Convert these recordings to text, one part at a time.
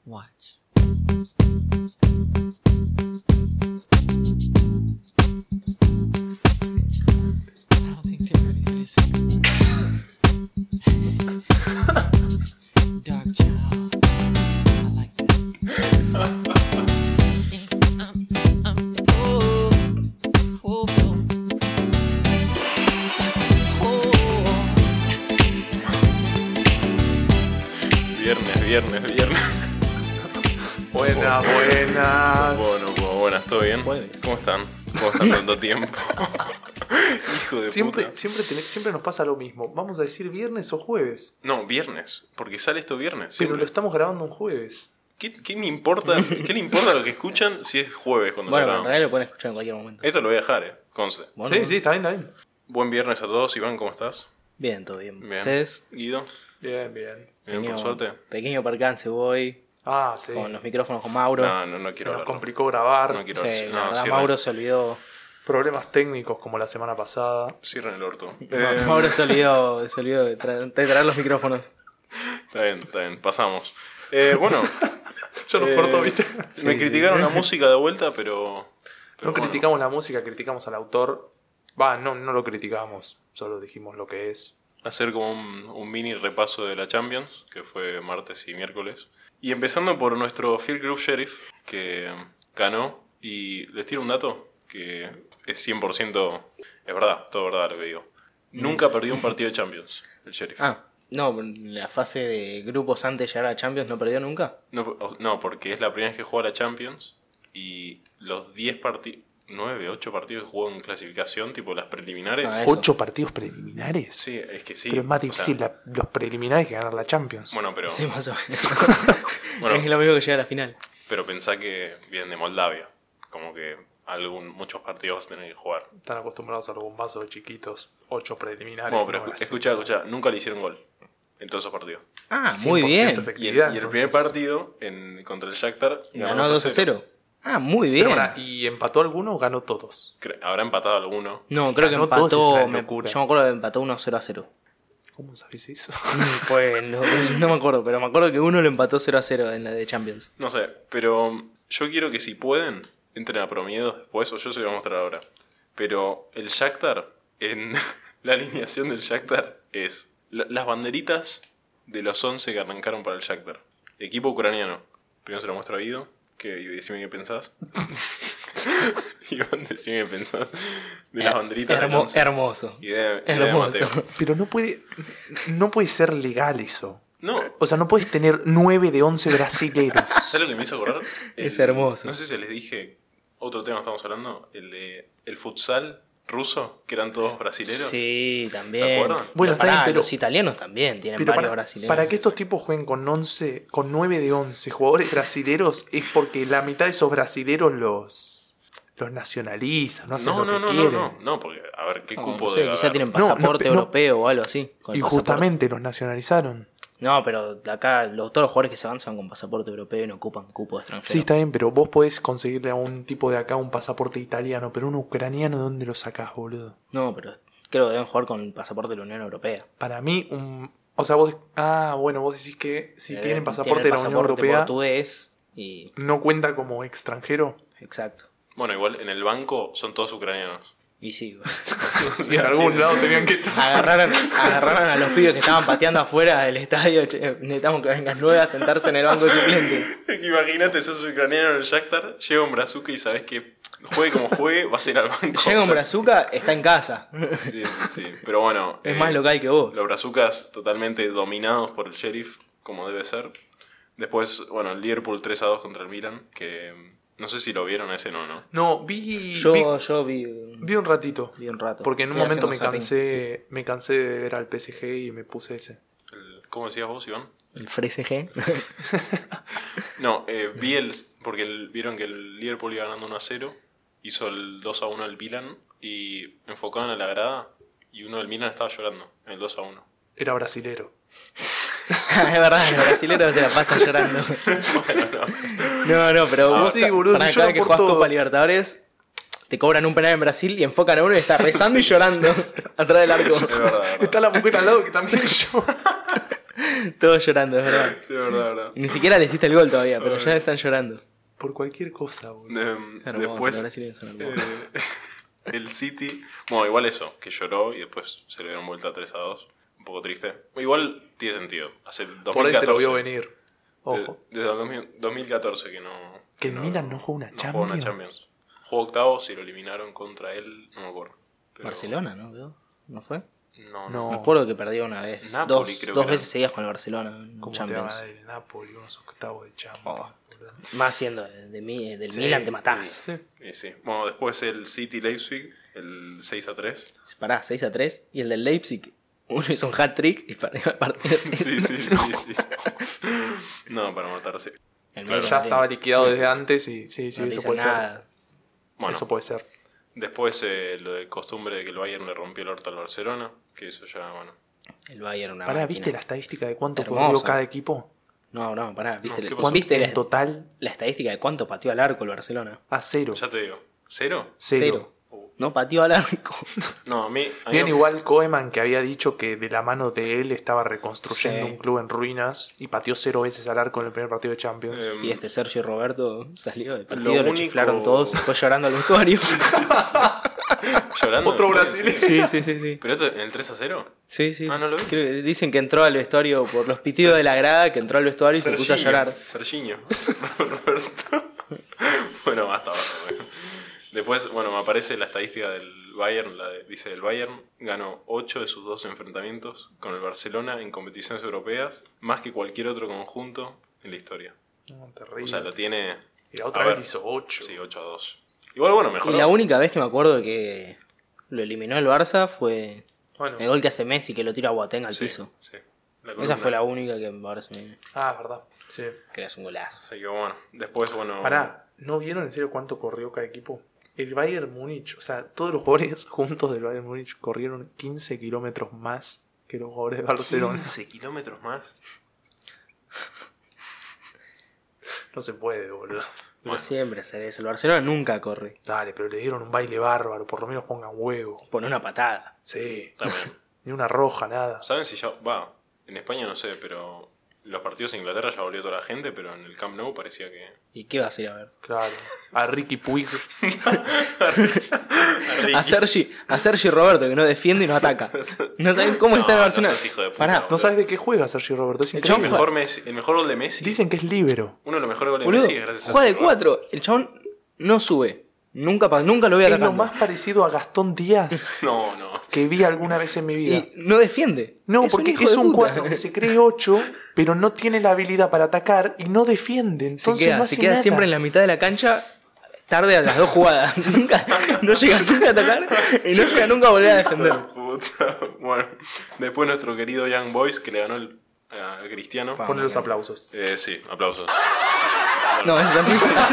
Watch. I don't think they're ready for this. Dark child. I like that. Viernes. Buenas. Buenas, ¿todo bien? Jueves. ¿Cómo están? ¿Cómo están tanto tiempo? Hijo de puta. Siempre nos pasa lo mismo. Vamos a decir viernes o jueves. No, viernes, porque sale esto viernes. Pero siempre. lo estamos grabando un jueves. ¿Qué me importa? ¿Qué le importa lo que escuchan si es jueves cuando Bueno, lo en grabamos? realidad lo pueden escuchar en cualquier momento. Esto lo voy a dejar, conste. Bueno, Sí, está bien. Buen viernes a todos. Iván, ¿cómo estás? Bien, todo bien. Bien. Ustedes, Guido, Bien. bien, por suerte. pequeño percance voy Ah, sí. con los micrófonos con Mauro. No Se quiero nos hablar. complicó grabar. No quiero Sí, hablar. la verdad, Cierren- Mauro se olvidó. Problemas técnicos como la semana pasada. Cierren el orto. Mauro se olvidó de traer los micrófonos. Está bien, pasamos. Bueno, Yo nos corto, ¿viste? me Sí, criticaron la música de vuelta, pero No bueno. criticamos la música, criticamos al autor. No lo criticamos. Solo dijimos lo que es. Hacer como un mini repaso de la Champions, que fue martes y miércoles. Y empezando por nuestro Field Club Sheriff, que ganó. Y les tiro un dato que es 100%, es verdad, todo verdad lo que digo. Nunca perdió un partido de Champions, el Sheriff. No, en la fase de grupos antes de llegar a Champions no perdió nunca. No, porque es la primera vez que juega la Champions. Y los 8 partidos que jugó en clasificación, tipo las preliminares. Ah, eso. 8 partidos preliminares. Sí, es que sí. Pero es más o sea, difícil los preliminares que ganar la Champions. Bueno, pero, Sí, más o menos. bueno, Es lo mismo que llegar a la final. pero pensá que vienen de Moldavia. Como que muchos partidos vas a tener que jugar. Están acostumbrados a los bombazos de chiquitos. 8 preliminares. Bueno, pero no es escucha, nunca le hicieron gol en todos esos partidos. Muy 100% bien. Y el efectividad. primer entonces. partido contra el Shakhtar Ganó 2-0. Muy bien. Pero pará, ¿y empató alguno o ganó todos? Habrá empatado alguno. No, Si creo que ganó todos es empató. una locura. Yo me acuerdo que empató 1-0. ¿Cómo sabés eso? Pues no me acuerdo, pero me acuerdo que uno lo empató 0-0 en la de Champions. No sé, pero yo quiero que si pueden, entren a Promiedos después, o yo se lo voy a mostrar ahora. Pero el Shakhtar, en la alineación del Shakhtar es las banderitas de los 11 que arrancaron para el Shakhtar. Equipo ucraniano. Primero se lo muestro a Guido, que decime qué pensás. Iván, decime qué pensás de las banderitas del 11. Hermoso. Idea de Hermoso. Mateo. Pero no puede ser legal eso. No, O sea, no puedes tener 9 de 11 brasileros. ¿sabes lo que me hizo acordar? Es hermoso. No sé si les dije, otro tema estamos hablando, el futsal ruso, que eran todos brasileros. Sí, también. ¿Se acuerdan? Bueno, está bien, pero- los italianos también tienen Pero varios brasileños. para que estos tipos jueguen con 9 de 11 jugadores brasileros es porque la mitad de esos brasileros los nacionalizan, no hacen lo que quieren. No, porque, a ver, ¿qué No, cupo no sé, debe quizá haber? tienen No, pasaporte no, europeo o algo así. con Y el pasaporte. justamente los nacionalizaron. No, pero de acá todos los jugadores que se van con pasaporte europeo y no ocupan cupo extranjero. Sí, está bien, pero vos podés conseguirle a un tipo de acá un pasaporte italiano, pero un ucraniano, ¿de dónde lo sacás, boludo? No, pero creo que deben jugar con el pasaporte de la Unión Europea. Para mí, o sea, vos decís que si tienen pasaporte de la Unión pasaporte Europea, portugués y... no cuenta como extranjero. Exacto. Bueno, igual en el banco son todos ucranianos. Y sí, Y en algún lado tenían que estar. agarraron a los pibes que estaban pateando afuera del estadio. Che, necesitamos que vengan nueve a sentarse en el banco suplente. Imagínate, sos ucraniano en el Shakhtar, llega un brazuca y sabes que juegue como juegue, vas a ir al banco. Llega O un sea, brazuca, está en casa. Sí. Pero bueno. Es más local que vos. Los brazucas totalmente dominados por el Sheriff, como debe ser. Después, bueno, el Liverpool 3-2 contra el Milan, que no sé si lo vieron, ese no. No, Yo vi vi un ratito. un rato. Porque en un Fui momento haciendo zapping. me cansé de ver al PSG y me puse ese. ¿Cómo decías vos, Iván? El FreSG. No, porque vieron que el Liverpool iba ganando 1-0, hizo el 2-1 al Milan y enfocaban a la grada y uno del Milan estaba llorando en el 2-1. Era brasilero. Es verdad, los brasileños se la pasan llorando. No, pero vos, sí, boludo, para si cada lloran que por jugás todo. Copa Libertadores, te cobran un penal en Brasil y enfocan a uno y está rezando y llorando atrás del arco. Es verdad. Está la mujer al lado que también yo. Todos llorando, es verdad. Sí, verdad. Ni siquiera le hiciste el gol todavía, pero ya están llorando. Por cualquier cosa, boludo. Hermoso, Después, los brasileños son hermosos. el City. Bueno, igual eso, que lloró y después se le dieron vuelta 3-2. Un poco triste. Igual tiene sentido. Hace 2014. Por ahí se lo vio venir. Ojo. Desde 2014 que no. Que el Milan no juega una Champions. Jugó octavos y lo eliminaron contra él, no me acuerdo. Pero- Barcelona, ¿no? ¿No fue? No. Me acuerdo que perdió una vez. Napoli, creo dos que veces era. seguidas con el Barcelona en ¿Cómo te va a Champions. ganar el Napoli unos octavos de Champions? Oh. boludo? Más siendo del Sí, Milan te matás. Sí. Sí. Bueno, después el City Leipzig, el 6-3. Pará, 6-3. Y el del Leipzig, uno hizo un hat-trick y perdió el partido. Sí. No, para matarse. El Claro. Milan Ya estaba liquidado Sí, desde sí. antes y sí, no te eso hizo puede nada. ser. Bueno, Eso puede ser. después lo de costumbre de que el Bayern le rompió el orto al Barcelona, que eso ya, bueno. El Bayern una Pará, máquina. ¿viste la estadística de cuánto Hermoso. corrió cada equipo? No, pará. ¿Viste, ¿qué pasó? ¿viste En total, la estadística de cuánto pateó al arco el Barcelona? a cero. Ya te digo, ¿cero? Cero. No pateó al arco. No, a mí Bien, no- igual Koeman, que había dicho que de la mano de él estaba reconstruyendo Sí. un club en ruinas y pateó 0 veces al arco en el primer partido de Champions. Y Sergio Roberto salió del partido, Lo lo único- chiflaron todos y fue llorando al vestuario. llorando. Otro después, brasileño. Sí. ¿Pero esto en el 3-0? Sí. Ah, ¿no lo vi? Dicen que entró al vestuario por los pitidos de la grada, que entró al vestuario y se puso a llorar. Serginho. Roberto. Bueno, basta. Bueno. Después, bueno, me aparece la estadística del Bayern. Dice: el Bayern ganó 8 de sus 12 enfrentamientos con el Barcelona en competiciones europeas, más que cualquier otro conjunto en la historia. No, terrible. O sea, lo tiene. Y la otra a vez ver, hizo 8. Sí, 8-2. Igual, bueno, Y mejor. la única vez que me acuerdo de que lo eliminó el Barça fue Bueno. el gol que hace Messi, que lo tira a Boateng al piso. Sí. Esa fue la única que ahora se me... Ah, verdad. Sí. que era un golazo. Así que bueno, después, bueno. Pará, ¿no vieron en serio cuánto corrió cada equipo? El Bayern Múnich, o sea, todos los jugadores juntos del Bayern Múnich corrieron 15 kilómetros más que los jugadores de Barcelona. 15 kilómetros más. No se puede, boludo. No Bueno. siempre hacer eso. El Barcelona nunca corre. Dale, pero le dieron un baile bárbaro, por lo menos pongan huevo. Pone una patada. Sí, También. ni una roja, nada. ¿Saben si ya.? Va, en España no sé, pero. Los partidos en Inglaterra ya volvió toda la gente, pero en el Camp Nou parecía que. ¿Y qué vas a ir a ver? Claro. A Ricky Puig. A Sergi Roberto, que no defiende y no ataca. No saben cómo está el No, Barcelona. no seas hijo de puta, Pará, boludo. No sabes de qué juega Sergio Roberto, es El El increíble. chabón mejor gol de Messi. Dicen que es líbero. Uno de los mejores goles boludo, de Messi es gracias a juega de Sergio Roberto. 4. El chabón no sube. Nunca lo voy a Es lo atacando. más parecido a Gastón Díaz No. que vi alguna vez en mi vida. Y no defiende. No, porque hijo es de un puta. 4 que se cree 8, pero no tiene la habilidad para atacar y no defiende. Entonces no hace se queda nada. siempre en la mitad de la cancha, tarde a las 2 jugadas. No llega nunca a atacar y no llega nunca a volver a defender. Puta. Bueno, después nuestro querido Young Boys que le ganó a Cristiano. Ponle los aplausos. Sí, aplausos. No, esa risa.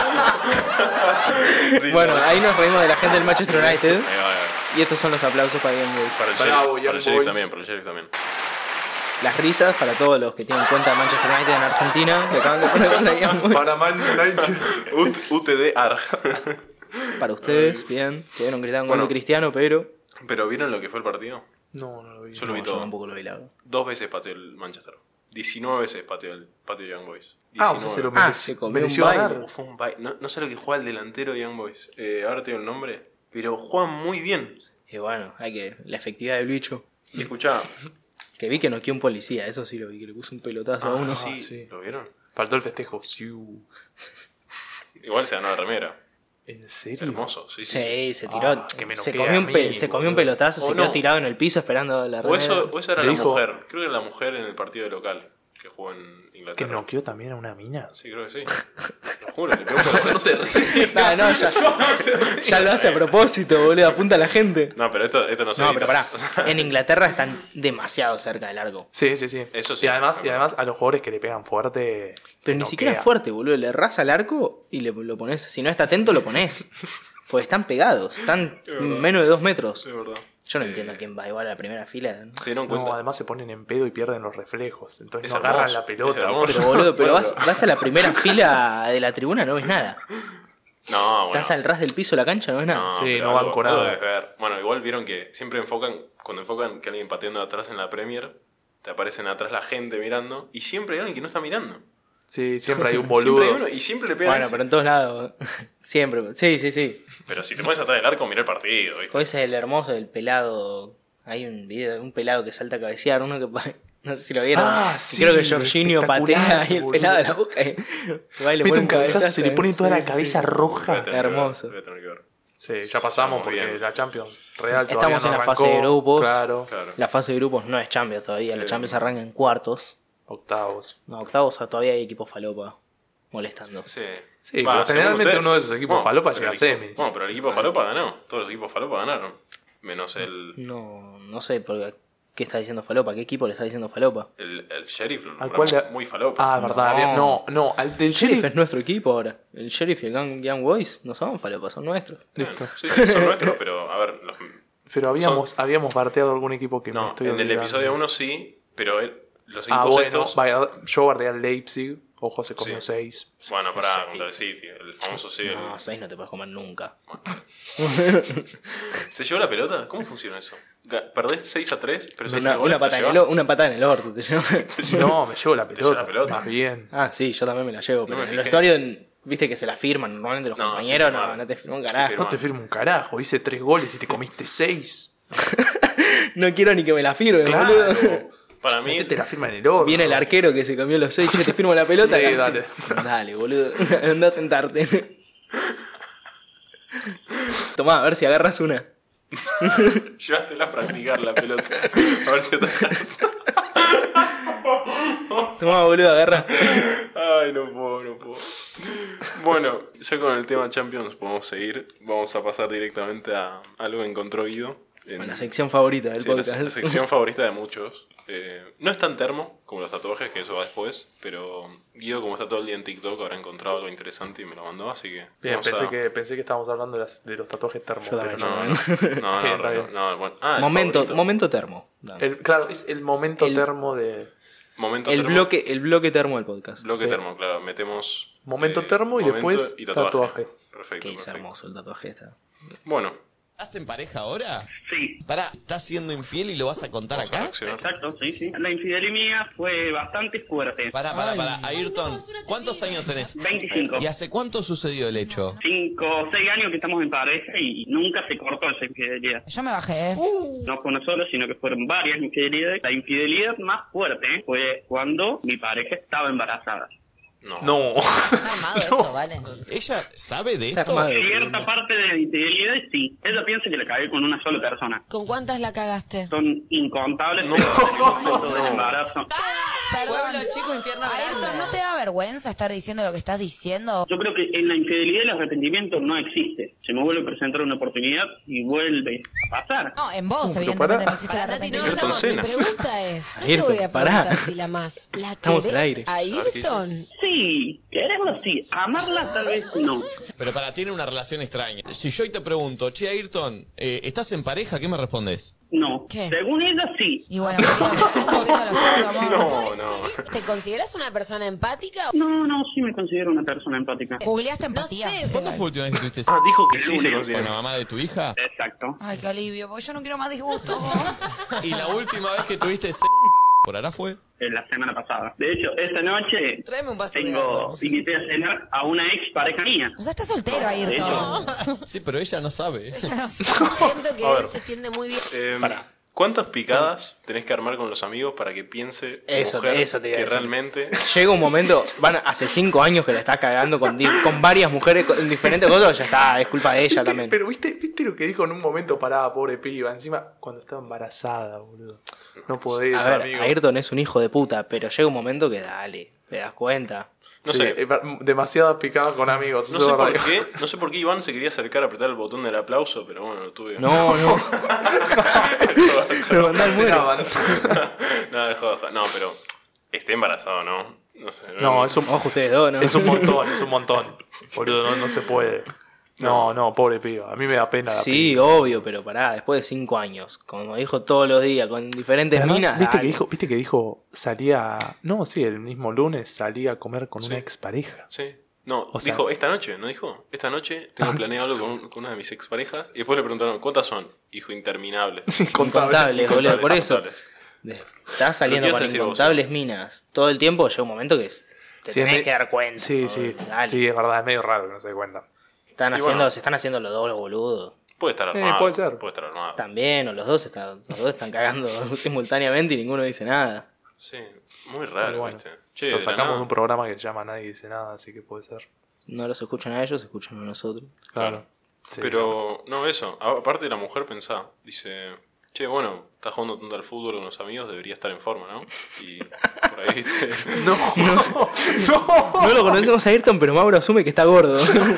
Bueno, ahí nos reímos de la gente del Manchester United. Ahí va. Y estos son los aplausos para Young Boys. Para el Bravo, Sheriff, Young para el Sheriff Boys. también, para el Sheriff también. Las risas para todos los que tienen cuenta de Manchester United en Argentina, que acaban de poner con la Young Boys. Para Man United. UTD ARG. Para ustedes, bien, que vieron gritar un gol Bueno. de Cristiano, pero... Pero ¿vieron lo que fue el partido? No lo vi. Yo lo vi No, todo. yo tampoco lo vi, la verdad. 2 veces pateó el Manchester. 19 veces pateó el Young Boys. Ah, o sea, se lo 19. Ah, mereció. se comió mereció un baile. ganar. Fue un no sé lo que juega el delantero de Young Boys. Ahora tengo el nombre. Pero juegan muy bien. Y bueno, hay que... La efectividad del bicho. Y escuchá. Que vi que noqueó un policía, eso sí lo vi, que le puso un pelotazo a uno. Sí, sí. ¿lo vieron? Faltó el festejo. Siu. Igual se ganó la remera. ¿En serio? Hermoso, sí. Sí, se tiró. Ah, que me se noquea comió, a mí, se comió un boludo. pelotazo, O se quedó no. tirado en el piso esperando la O remera. eso era Le la dijo- mujer. Creo que era la mujer en el partido de local que jugó en ¿Que Inglaterra. noqueó también a una mina? Sí, creo que sí. Lo juro, le pegó por el Ah, no, ya lo hace a propósito, boludo, apunta a la gente. No, pero esto no se No, edita. pero pará, en Inglaterra están demasiado cerca del arco. Sí, sí, sí. Eso sí. Y además a los jugadores que le pegan fuerte. Pero ni siquiera es fuerte, boludo, le errás al arco y lo pones, si no está atento lo pones. Porque están pegados, están menos de 2 metros. Sí, es verdad. Yo no entiendo quién va igual a la primera fila. ¿no? Se dieron cuenta. No, además se ponen en pedo y pierden los reflejos. Entonces Es no agarran hermoso, la pelota. es hermoso. boludo. Pero boludo, pero Bueno, vas a la primera fila de la tribuna, no ves nada. No, bueno. Estás al ras del piso de la cancha, no ves nada. Sí, pero no algo- banco algo nada. debes ver. Bueno, igual vieron que siempre cuando enfocan que alguien pateando atrás en la Premier, te aparecen atrás la gente mirando, y siempre hay alguien que no está mirando. Sí, siempre hay un boludo. Siempre hay uno, y siempre le pegan. Bueno, pero en todos lados. Siempre. Sí. Pero si te pones atrás del arco, mira el partido, ¿viste? Pues es el hermoso del pelado. Hay un video de un pelado que salta a cabecear, uno que no sé si lo vieron. Sí, creo que Jorginho patea ahí el boludo. pelado de la boca y va y le Mete pone un cabezazo, se le pone toda la Sí, cabeza sí. roja. Voy a tener que ver, Hermoso. voy a tener que ver. Sí, ya pasamos Estamos porque bien. la Champions Real todavía Estamos no en la arrancó. fase de grupos. Claro, Claro. La fase de grupos no es Champions todavía, la Champions arranca en cuartos. octavos. No, octavos todavía hay equipos falopa molestando. Sí, Sí, Va, pero generalmente según ustedes. uno de esos equipos falopa pero llega a el equipo- semis. Bueno, pero el equipo falopa ganó. Todos los equipos falopa ganaron. Menos No sé por qué está diciendo falopa, qué equipo le está diciendo falopa. el sheriff. Lo ¿Al nombramos cual le- muy falopa. Ah, verdad. No. No, al del El Sheriff Sheriff. es nuestro equipo ahora. El Sheriff y el Young Boys no son falopa, son nuestros. Listo. Sí, son nuestros, pero a ver. Pero habíamos bardeado algún equipo que me No, estoy en el olvidando. episodio 1 sí, pero los Ah, equipos bueno, estos. yo bardeé al Leipzig. Ojo, se comió Sí. 6. Bueno, para Sí. contra el City, el famoso sí. No, 6 no te puedes comer nunca. ¿Se llevó la pelota? ¿Cómo funciona eso? Perdés 6-3, pero Una patada en el orto te llevo. No, me llevo la Te llevo pelota. la pelota. Más bien. Ah, sí, yo también me la llevo. Pero me en el fijé. vestuario, viste que se la firman normalmente los No, compañeros. sí firmaron. No te firman un Sí carajo. firmaron. No te firmo un carajo. Hice 3 goles y te comiste 6. No quiero ni que me la firmen, Claro. boludo. Para mí, Metete la firma en el oro. Viene el arquero que se comió los 6, yo te firmo la pelota. Sí, acá. dale. Dale, boludo. Anda a sentarte. Tomá, a ver si agarras una. llévatela a practicar la pelota. A ver si atajás. Tomá, boludo, agarra. Ay, no puedo. Bueno, ya con el tema Champions podemos seguir. Vamos a pasar directamente a algo que encontró Guido. En La sección favorita del sí, la podcast. sección favorita de muchos. No es tan termo como los tatuajes, que eso va después. Pero Guido, como está todo el día en TikTok, habrá encontrado algo interesante y me lo mandó. Así que. Bien, vamos pensé que estábamos hablando de los tatuajes termos. Yo también, pero No, Bien, está bien. bueno. Ah, el momento, favorito. momento termo. Dale. Claro, es el momento termo de. Momento El termo. bloque termo del podcast. Bloque Sí. termo, claro. Metemos. Momento termo y momento después y tatuaje. Perfecto. Que es perfecto. hermoso el tatuaje está. Bueno, ¿Estás en pareja ahora? Sí, Pará, ¿estás siendo infiel y lo vas a contar vamos a acá? reaccionar. exacto, sí. La infidelidad mía fue bastante fuerte. Pará, Ayrton, ¿cuántos años tenés? 25. ¿Y hace cuánto sucedió el hecho? 5 o 6 años que estamos en pareja y nunca se cortó esa infidelidad. Yo me bajé. No fue una sola, sino que fueron varias infidelidades. La infidelidad más fuerte fue cuando mi pareja estaba embarazada. No. Está armado esto, ¿vale? ¿Ella sabe de Está esto? armado. Cierta parte de la infidelidad, sí. Ella piensa que la cagué con una sola persona. ¿Con cuántas la cagaste? Son incontables No. pero tenemos fotos del embarazo. Perdón, chico, infierno Ayrton, ¿no te da vergüenza estar diciendo lo que estás diciendo? Yo creo que en la infidelidad el arrepentimiento no existe. Se me vuelve a presentar una oportunidad y vuelve a pasar. No, en vos, pero evidentemente, pará. no existe el Nati, no, arrepentimiento. Ayrton no, Senna. mi pregunta es, no te Ayrton, voy a pará. preguntar si la más. ¿La Estamos al querés aire. a Ayrton? Sí, quererla sí. Amarla tal vez no. Pero tiene una relación extraña. Si yo hoy te pregunto, che, Ayrton, ¿estás en pareja? ¿Qué me respondes? No. ¿Qué? Según ella, sí. Y bueno, querido, un poquito los tuyos, amor. No. ¿Te consideras una persona empática? No, sí me considero una persona empática. ¿Googleaste No empatía? sé, ¿Cuándo fue la última vez que tuviste sexo Ah, dijo que sí se Lunes. con considera. la mamá de tu hija? Exacto. Ay, qué alivio, porque yo no quiero más disgusto. ¿Y la última vez que tuviste sexo por ahora fue? La semana pasada. De hecho, esta noche Tráeme un vaso de tengo agua. invité a cenar a una ex pareja mía. O sea, estás soltero, Ayrton. Sí, pero ella no sabe. Ella no sé. Siento que A ver. él se siente muy bien. ¿Cuántas picadas tenés que armar con los amigos para que piense tu Eso mujer te iba a que decir. realmente... Llega un momento, hace 5 años que la estás cagando con varias mujeres con diferentes cosas, ya está, es culpa de ella también. Pero ¿viste lo que dijo en un momento? Pará, pobre piba. Encima, cuando estaba embarazada, boludo. No podés, A ver, amigo. Ayrton es un hijo de puta, pero llega un momento que dale, te das cuenta. No Sí, sé. demasiado picado con amigos. No eso sé es por verdad. qué, no sé por qué Iván se quería acercar a apretar el botón del aplauso, pero bueno, lo tuve. No, lo mandá al muero. Cancelaban. No, dejó. No, pero esté embarazado, ¿no? No sé. No, es un, Ojo ustedes dos, ¿no? es un montón. Boludo, no se puede. No, pobre piba. A mí me da pena. La Sí, piba. obvio, pero pará, después de 5 años, como dijo todos los días, con diferentes Además, minas. ¿viste dale. que dijo salía... No, sí, el mismo lunes salía a comer con Sí. una expareja? Sí. No, O sea- dijo esta noche, ¿no dijo? Esta noche tengo planeado algo con una de mis exparejas. Y después le preguntaron, ¿cuántas son? Dijo, interminables. Incontables, boludo, por eso. Incontables. Estás saliendo ¿Pero qué con vas a decir vos? incontables minas todo el tiempo, llega un momento que te Sí, tenés me- que dar cuenta. Sí, ¿no? sí. Dale. Sí, es verdad, es medio raro que no se dé cuenta. Se están haciendo los dos boludos. Puede estar armado. puede ser. Puede estar armado. También, o los dos están cagando simultáneamente y ninguno dice nada. Sí, muy raro, Pero bueno, ¿viste? Che, Lo de la sacamos nada. de un programa que se llama Nadie Dice Nada, así que puede ser. No los escuchan a ellos, escuchan a nosotros. Claro. Sí, Pero, no, eso. Aparte la mujer pensá, dice, che, bueno, estás jugando tanto al fútbol con los amigos, debería estar en forma, ¿no? Y por ahí, viste. No, No lo conocemos a Ayrton, pero Mauro asume que está gordo.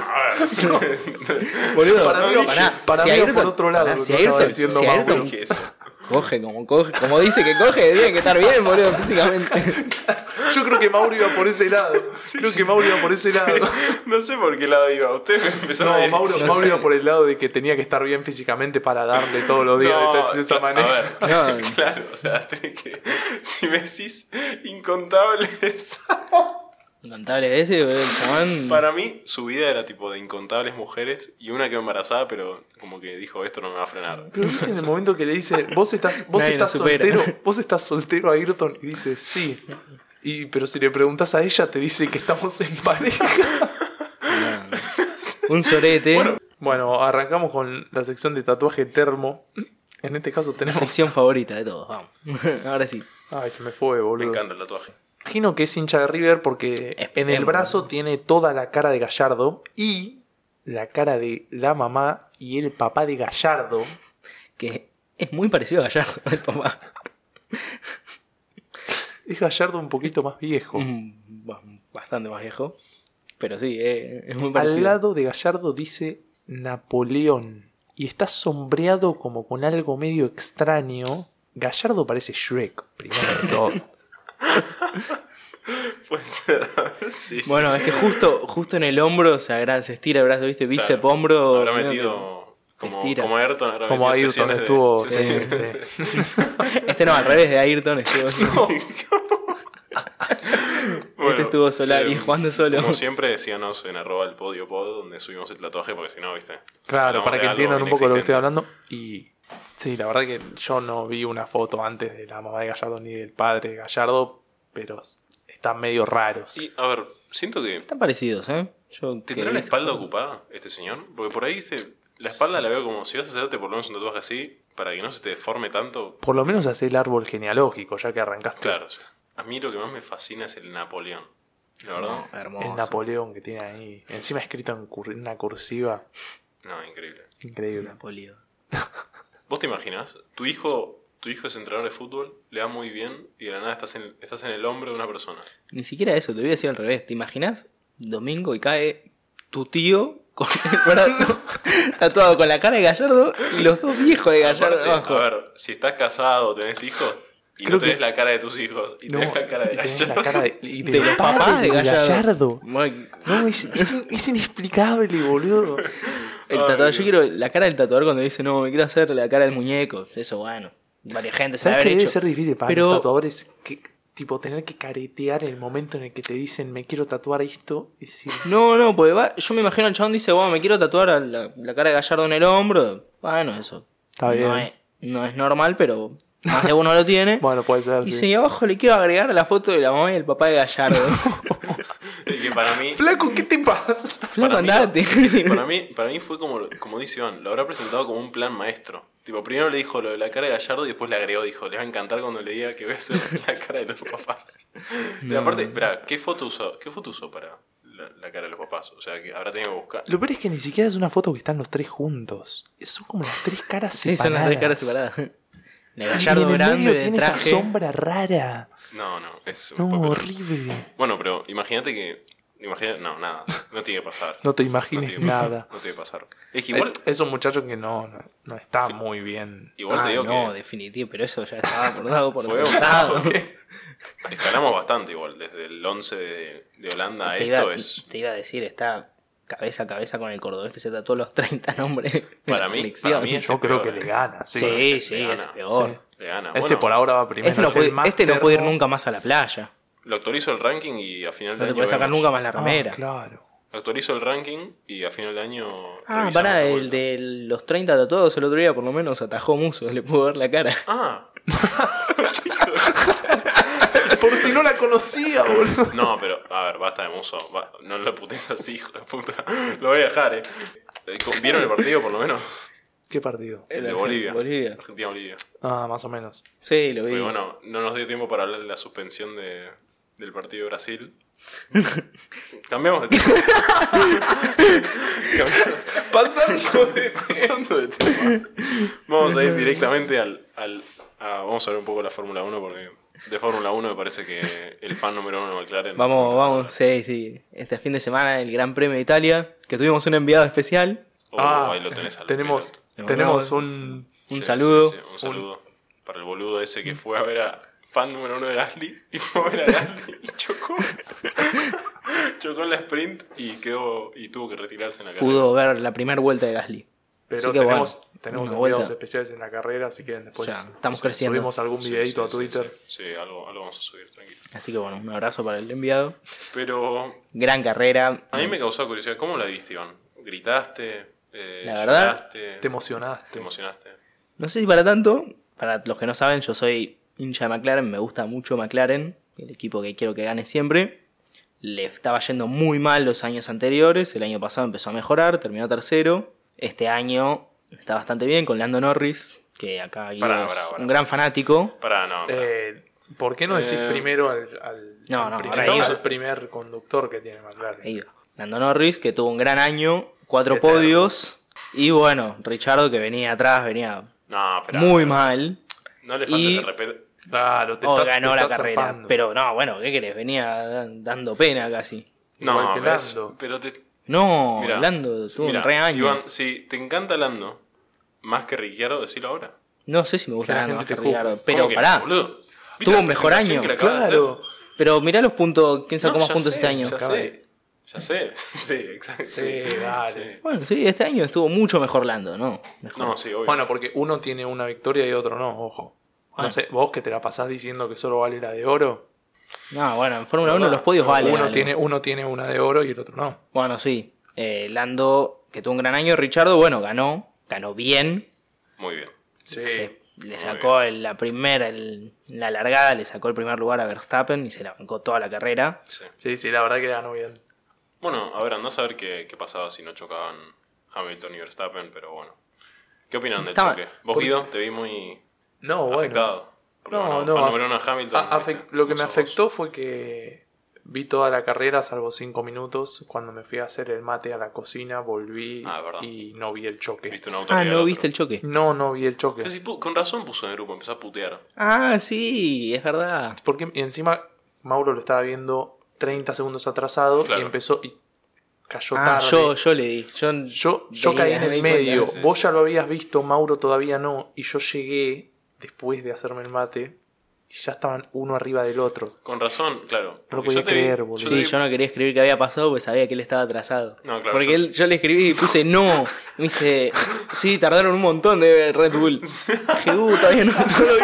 Boludo, Para mí- para si mí va Ayrton- por otro lado pará, lo si que estaba Ayrton- diciendo si Mauro. Ayrton Dije eso. coge, como dice que coge, tiene que estar bien, boludo, físicamente. yo creo que Mauro iba por ese lado. Creo que Mauro iba por ese lado. No sé por qué lado iba. Usted me empezó a No, decir. Mauro iba por el lado de que tenía que estar bien físicamente para darle todos los días de esa manera. A ver, No. claro, o sea, tenés que. Si me decís incontables. Incontables veces, boludo, el chabón. Para mí, su vida era tipo de incontables mujeres y una quedó embarazada, pero como que dijo, esto no me va a frenar. Pero viste en el momento que le dice, vos estás Nadie lo supera. soltero a Ayrton, y dice, sí. Pero si le preguntas a ella, te dice que estamos en pareja. No. Un sorete. Bueno, arrancamos con la sección de tatuaje termo. En este caso La tenemos... sección favorita de todos, vamos. Ahora sí. Ay, se me fue, Me boludo. encanta el tatuaje. Imagino que es hincha de River porque en el Esperemos, brazo ¿no? tiene toda la cara de Gallardo y la cara de la mamá y el papá de Gallardo. Que es muy parecido a Gallardo, el papá. Es Gallardo un poquito más viejo. Bastante más viejo. Pero sí, es muy parecido. Al lado de Gallardo dice Napoleón y está sombreado como con algo medio extraño. Gallardo parece Shrek, primero de todo. Puede ser. Sí, sí. Bueno, es que justo en el hombro se estira el brazo, ¿viste? Bíceps, Claro. hombro. Habrá medio metido. Como estira. Ayrton, habrá Como metido Ayrton sesiones de- estuvo. sí, Sí, sí. sí. que- Este no, al revés de Ayrton. Bueno, estuvo Solari jugando solo. Como siempre, síganos en @elpodiopod, donde subimos el tatuaje, porque si no, viste. Claro, hablamos para de que algo entiendan un poco lo que estoy inexistente. hablando. Y sí, la verdad que yo no vi una foto antes de la mamá de Gallardo ni del padre de Gallardo, pero están medio raros. Y, a ver, siento que. Están parecidos, ¿eh? ¿Tendrá la espalda ocupada este señor? Porque por ahí, viste, la espalda la veo como si vas a hacerte por lo menos un tatuaje así, para que no se te deforme tanto. Por lo menos hace el árbol genealógico, ya que arrancaste. Claro, sí. A mí lo que más me fascina es el Napoleón. La verdad. Hermoso. El Napoleón que tiene ahí. Encima escrito en una cursiva. No, increíble. Increíble. Napoleón. ¿Vos te imaginas? Tu hijo es entrenador de fútbol, le va muy bien y de la nada estás en el hombro de una persona. Ni siquiera eso, te voy a decir al revés. ¿Te imaginas? Domingo y cae tu tío con el brazo tatuado con la cara de Gallardo y los dos viejos de Gallardo Aparte, abajo. a ver, si estás casado o tenés hijos y Creo no tenés que- la cara de tus hijos y tenés la cara de y tenés Gallardo. la cara y De del los padre papás de Gallardo. No, es inexplicable, boludo. El Ay, tatuador, Dios. yo quiero la cara del tatuador cuando dice, no, me quiero hacer la cara del muñeco. Eso, bueno, varias gente se ¿Sabes haber que debe hecho. ser difícil para Pero- los tatuadores que, tipo, tener que caretear el momento en el que te dicen me quiero tatuar esto? Y decir, No, porque yo me imagino el chabón dice, bueno, me quiero tatuar a la cara de Gallardo en el hombro. Bueno, eso. Está bien. No es normal, pero más de uno lo tiene. bueno, puede ser. Y sí. si abajo le quiero agregar la foto de la mamá y el papá de Gallardo. Y que para mí. Flaco, ¿qué te pasa? Flaco, Para mí, andate. sí, para mí fue como dice Iván, lo habrá presentado como un plan maestro. Tipo, primero le dijo lo de la cara de Gallardo y después le agregó, dijo, le va a encantar cuando le diga que voy a hacer la cara de los papás. Y aparte, espera, ¿qué foto usó para la cara de los papás? O sea, que habrá tenido que buscar. Lo peor es que ni siquiera es una foto que están los tres juntos. Son como las tres caras Sí, separadas. son las tres caras separadas. De Y Gallardo en el grande, medio de tiene esa traje. sombra rara. No, es un No, papelón. horrible. Bueno, pero imagínate que. No, nada. No tiene que pasar. No te imagines tiene que pasar, nada. No tiene que pasar. Es que igual. Es un muchacho que no está muy bien. Igual te digo no, que. definitivo, pero eso ya estaba acordado por Fue sentado. Escalamos bastante igual. Desde el 11 de Holanda a esto es. Te iba a decir, está cabeza a cabeza con el cordobés que se tatuó los 30 nombres de Para la mí- selección. para mí Yo creo que le gana. Sí, Sí. sí, le este gana. es peor. Sí. Le gana. Este Bueno, por ahora va primero. Este no, es el puede, más este no puede ir termo. nunca más a la playa. lo actualizo el ranking y a final de No te año. puedes sacar vemos. nunca más la remera. Claro. Actualizo el ranking y a final de año. Ah, revisamos pará, de el vuelta. de los 30 tatuados el otro día por lo menos atajó Muso, le pudo ver la cara. Ah, Por si no la conocía, boludo. No, pero, a ver, basta de muso. No lo putés así, hijo de puta. Lo voy a dejar, ¿Vieron el partido, por lo menos? ¿Qué partido? El de Bolivia. Bolivia. Argentina-Bolivia. Ah, más o menos. Sí, lo vi. Porque bueno, no nos dio tiempo para hablar de la suspensión del partido de Brasil. Cambiamos de tema. Pasando de tema. Vamos a ir directamente vamos a ver un poco la Fórmula 1 porque de Fórmula 1 me parece que el fan número 1 de McLaren. Vamos, sí. Este fin de semana el Gran Premio de Italia, que tuvimos un enviado especial. Ahí lo tenés al tenemos piloto. un saludo. Sí, un saludo para el boludo ese que fue a ver a fan número 1 de Gasly y fue a ver a Gasly y chocó. Chocó en la sprint y tuvo que retirarse en la carrera. Pudo ver la primera vuelta de Gasly. Pero así que tenemos una enviados vuelta. especiales en la carrera, así que después Ya, estamos creciendo. subimos algún videito a Twitter. Sí, algo vamos a subir, tranquilo. Así que bueno, un abrazo para el enviado. Pero Gran carrera. a mí me causó curiosidad, ¿cómo la viste, Iván? ¿Gritaste? La verdad, ¿Lloraste? Te emocionaste. ¿Te emocionaste? No sé si para tanto. Para los que no saben, yo soy hincha de McLaren. Me gusta mucho McLaren, el equipo que quiero que gane siempre. Le estaba yendo muy mal los años anteriores. El año pasado empezó a mejorar, terminó tercero. Este año está bastante bien con Lando Norris, que acá Guido es un gran fanático. ¿Por qué no decís primero al No, primer, ahora es iba. el primer conductor que tiene McLaren? Ahí va. Lando Norris, que tuvo un gran año, 4 podios. Y bueno, Richardo, que venía atrás, venía muy mal. No le falta ese respeto. Claro, ganó la carrera. Zarpando. Pero no, bueno, ¿qué querés? Venía dando pena casi. No, Lando. Pero no, mirá, Lando tuvo un re año. Iván, si te encanta Lando más que Ricciardo, decilo ahora. No sé si me gusta Lando más que Ricciardo. Pero pará, tuvo un mejor año. Claro. Pero mirá los puntos, ¿quién sacó más puntos este año? Ya sé, sí, exacto. Sí, dale. Sí. Bueno, sí, este año estuvo mucho mejor Lando, ¿no? Mejor. No, sí, obvio. Bueno, porque uno tiene una victoria y otro no, ojo. Bueno. No sé, vos que te la pasás diciendo que solo vale la de oro. No, bueno, en Fórmula 1 los podios valen. Uno tiene una de oro y el otro no. Bueno, sí. Lando, que tuvo un gran año. Richardo, bueno, ganó bien. Muy bien. Sí. Le sacó la largada, le sacó el primer lugar a Verstappen y se la bancó toda la carrera. Sí, la verdad que ganó bien. Bueno, a ver, andás a ver qué pasaba si no chocaban Hamilton y Verstappen, pero bueno. ¿Qué opinan del choque? Vos, Guido, te vi muy afectado. Porque, fan número 1 de Hamilton. Lo que me afectó fue que vi toda la carrera, salvo 5 minutos. Cuando me fui a hacer el mate a la cocina, volví y no vi el choque. ¿Viste un auto ¿no viste el choque? No vi el choque. Con razón puso en el grupo, empezó a putear. Ah, sí, es verdad. Porque encima Mauro lo estaba viendo 30 segundos atrasado y empezó y cayó tarde. Yo le di. Yo caí en el medio. Vos ya lo habías visto, Mauro todavía no. Y yo llegué después de hacerme el mate y ya estaban uno arriba del otro. Con razón, claro. No lo podía creer, boludo. Sí, yo no quería escribir qué había pasado porque sabía que él estaba atrasado. No, claro, porque yo le escribí y puse no. Y me dice, sí, tardaron un montón de Red Bull. Dije, todavía no lo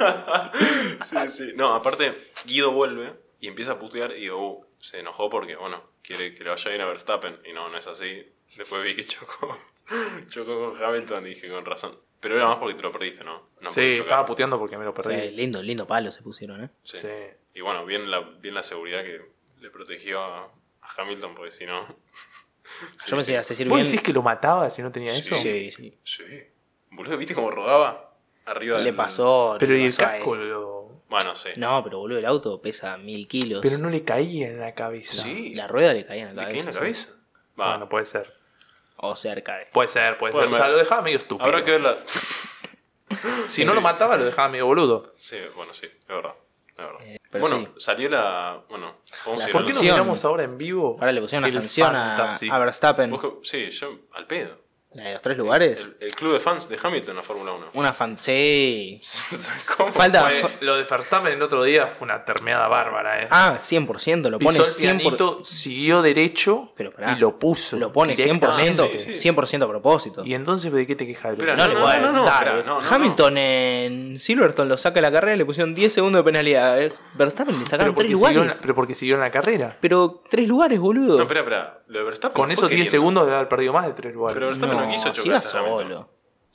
vio. Sí. No, aparte, Guido vuelve y empieza a putear y digo, se enojó porque, bueno, quiere que le vaya bien a Verstappen. Y no es así. Después vi que chocó con Hamilton y dije, con razón. Pero era más porque te lo perdiste, ¿no? Sí, estaba puteando porque me lo perdí. Sí, lindo palo se pusieron, ¿eh? Sí. Y bueno, bien la seguridad que le protegió a Hamilton, porque si no... Yo me decía, decir ¿Vos bien... decís que lo mataba si no tenía eso? Sí. Sí. Boludo, ¿viste cómo rodaba? Arriba Le pasó... Pero y el casco lo... Bueno, sí. No, pero boludo, el auto pesa 1000 kilos. Pero no le caía en la cabeza. Sí. La rueda le caía en la cabeza. ¿Le caía en la cabeza? Bueno, puede ser. O cerca de... Puede ser. O sea, lo dejaba medio estúpido. Habrá que verla. Si no lo mataba, lo dejaba medio boludo. Sí, bueno, sí, es verdad. Pero bueno, sí. Salió la... Bueno, vamos a ir ¿Por qué no miramos ahora en vivo? Ahora le pusieron una sanción a Verstappen. Sí, yo al pedo. ¿La de los 3 lugares? El club de fans de Hamilton en la Fórmula 1. Una fan, sí. ¿Cómo? Falta... Lo de Verstappen el otro día fue una termeada bárbara, 100%, lo pone pisó el pianito, siguió derecho y lo puso. Lo pone 100%, 100% a propósito. ¿Y entonces de qué te quejas? No. Hamilton en Silverstone lo saca de la carrera y le pusieron 10 segundos de penalidad. Verstappen le sacaron 3 lugares. Pero porque siguió en la carrera. Pero 3 lugares, boludo. No, espera. Lo de Verstappen con esos 10 segundos debe haber perdido más de 3 lugares. Pero Verstappen no quiso chocar. Si iba solo.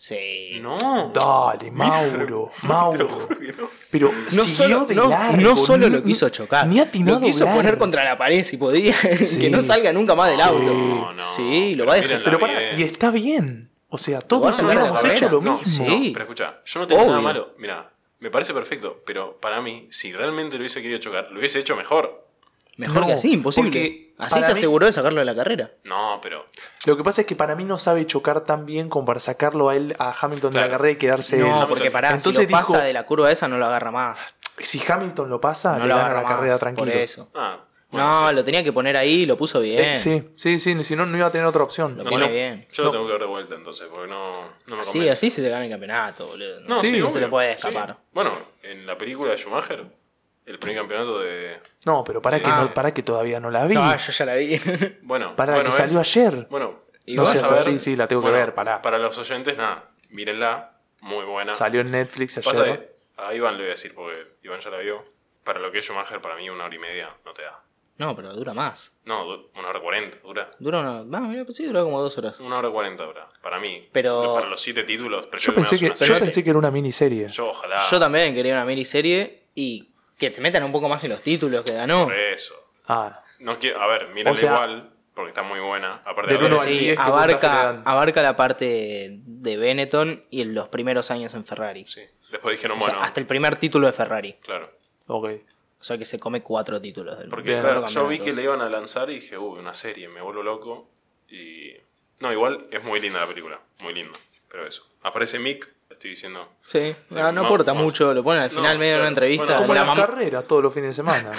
Sí. No. Dale, Mauro. Mauro. Pero No siguió de largo, no solo lo quiso chocar, Ni atinó lo quiso a doblar. poner contra la pared si podía, Sí. que no salga nunca más del auto. No. Sí, lo Pero va a dejar. mírenla Pero pará, bien. y está bien. O sea, va a todos sacar de la hubiéramos hecho carrera. lo No, mismo. sí. Pero escucha, yo no tengo nada Obvio. malo. Mira, me parece perfecto, pero para mí, si realmente lo hubiese querido chocar, lo hubiese hecho mejor. Mejor No, que así, imposible. porque Así para se mí- aseguró de sacarlo de la carrera. No, pero. Lo que pasa es que para mí no sabe chocar tan bien como para sacarlo a él, a Hamilton de la Claro. carrera y quedarse él. No, porque pará, Entonces si lo pasa dijo- de la curva esa no lo agarra más. Si Hamilton lo pasa, No le lo gana agarra la más, carrera tranquilo. por eso. Bueno, No, sí. lo tenía que poner ahí y lo puso bien. Sí, si no, no iba a tener otra opción. Lo No, pone no, bien. Yo No. lo tengo que ver de vuelta entonces, porque no me Así, convence. así se te gana el campeonato, boludo. No, Sí, sí, no obvio. se te puede Sí. escapar. Bueno, en la película de Schumacher, el primer campeonato de. No, pero para que, para que todavía no la vi. No, yo ya la vi. Bueno, Para bueno, que salió ayer. Bueno, Y no vas seas a ver- así, sí, la tengo bueno, que ver, pará. Para los oyentes, nada, mírenla, muy buena. Salió en Netflix Pasa ayer. que a Iván le voy a decir, porque Iván ya la vio. Para lo que es Schumacher, para mí 1 hora y media no te da. No, pero dura más. No, 1 hora 40 dura. Dura una. No, mira, pues sí, dura como 2 horas. 1 hora 40 dura. Para mí. Pero- Para los 7 títulos, Yo prefiero pensé que, me hagas una yo serie. pensé que era una miniserie. Yo ojalá. Yo también quería una miniserie y que te metan un poco más en los títulos que ganó. Por eso. Ah, No quiero, a ver, mírenla O sea, igual, porque está muy buena. Aparte, del a ver, uno al Sí, 10, ¿qué puntaje le dan? abarca la parte de Benetton y en los primeros años en Ferrari. sí. Después dijeron, O sea, bueno, hasta el primer título de Ferrari. claro. ok. O sea que se come 4 títulos del Porque Bien. claro, cuatro yo vi campeonatos. que le iban a lanzar y dije, una serie, me vuelvo loco. Y. No, igual es muy linda la película, muy linda. Pero eso. Aparece Mick, estoy diciendo. Sí, no vamos- aporta vamos. mucho, lo ponen al final No, medio de una claro. entrevista. Bueno, Como la en las mamá- carreras todos los fines de semana.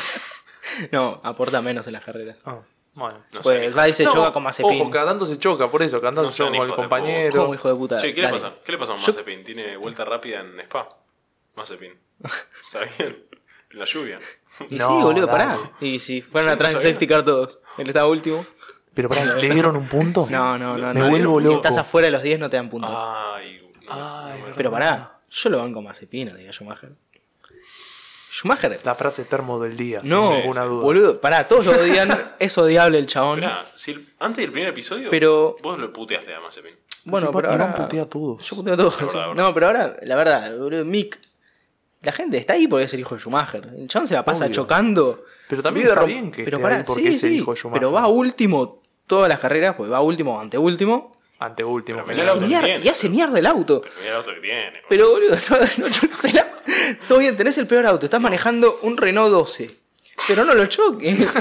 No, aporta menos en las carreras. Ah, bueno. No Pues sé. va y se No, choca con Mazepin. Ojo, cada tanto se choca, por eso, cada tanto No se sean choca con el hijos de compañero. Como hijo de puta. Che, ¿qué le Dale. pasa? ¿Qué le pasa a Yo- Mazepin? ¿Tiene vuelta rápida en Spa? Mazepin. ¿Está bien? En la lluvia. Y No, sí, boludo, dale. pará. Y si fueron Sí, atrás no en sabía. safety car todos. Él estaba último. Pero pará, ¿le dieron un punto? No, Me no. vuelvo Si loco. estás afuera de los 10 no te dan punto. Ay, no, Ay, no me- Pero pará, yo lo banco Mazepin, diga Schumacher. Schumacher. La frase termo del día, No, sin ninguna duda. boludo, pará, todos lo odian. Es odiable el chabón. Esperá, si antes del primer episodio, Pero- vos lo puteaste a Mazepin. Bueno, Sí, pero Iván ahora. putea a todos. Yo puteo a todos. La verdad, sí. la No, pero ahora, la verdad, boludo, Mick. La gente está ahí porque es el hijo de Schumacher. El chabón se la pasa Obvio. chocando. Pero también Vive está rom- bien que pero esté pará, ahí porque sí, es el sí, hijo de Schumacher. Pero va último todas las carreras, pues va último, anteúltimo. Anteúltimo. Pero que mirá Y el hace, auto que mierda, tiene, y hace pero- mierda el auto. Pero mira el auto que tiene. Pero boludo, no chocásela. Todo bien, tenés el peor auto. Estás manejando un Renault 12. Pero no lo choques.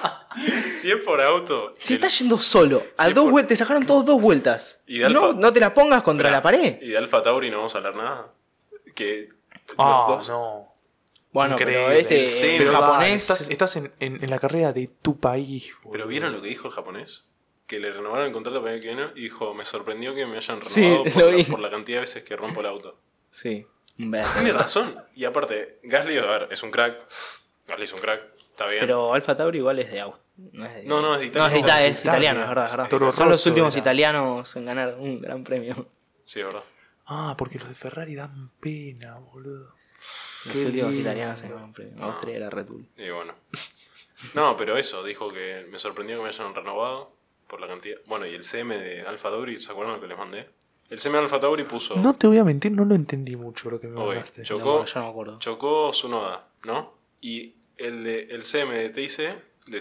Si es por auto. Si el- estás yendo solo, a Sí, dos por- vueltas, te sacaron todos 2 vueltas. Y de Alfa- No te la pongas contra Esperá, la pared. Y de Alfa Tauri no vamos a hablar nada. Que Ah, los dos. no. Bueno, pero Increíble. este Sí, el Pero dale, japonés. estás en la carrera de tu país. boludo. Pero ¿vieron lo que dijo el japonés? Que le renovaron el contrato para el año que viene y dijo, me sorprendió que me hayan Sí, renovado lo vi. por la cantidad de veces que rompo el auto. Sí, un beso. Tiene razón. Y aparte, Gasly, a ver, es un crack. Gasly es un crack. Está bien. Pero Alfa Tauri igual es de Austria. No, es de, No, es de Italia. No, es, de Italia. es italiano, es verdad. Es verdad. Toro Son los Rosso últimos era. italianos en ganar un gran premio. Sí, es verdad. Ah, porque los de Ferrari dan pena, boludo. Los Qué últimos lindo. italianos en ganar un premio. Austria era Red Bull. Y bueno. No, pero eso, dijo que me sorprendió que me hayan renovado por la cantidad. Bueno, y el CM de Alfa Tauri, ¿se acuerdan lo que les mandé? El CM de Alfa Tauri puso. No te voy a mentir, no lo entendí mucho lo que me Oye, mandaste. chocó, No, yo no me acuerdo. chocó Tsunoda, ¿no? Y el CM de TIC,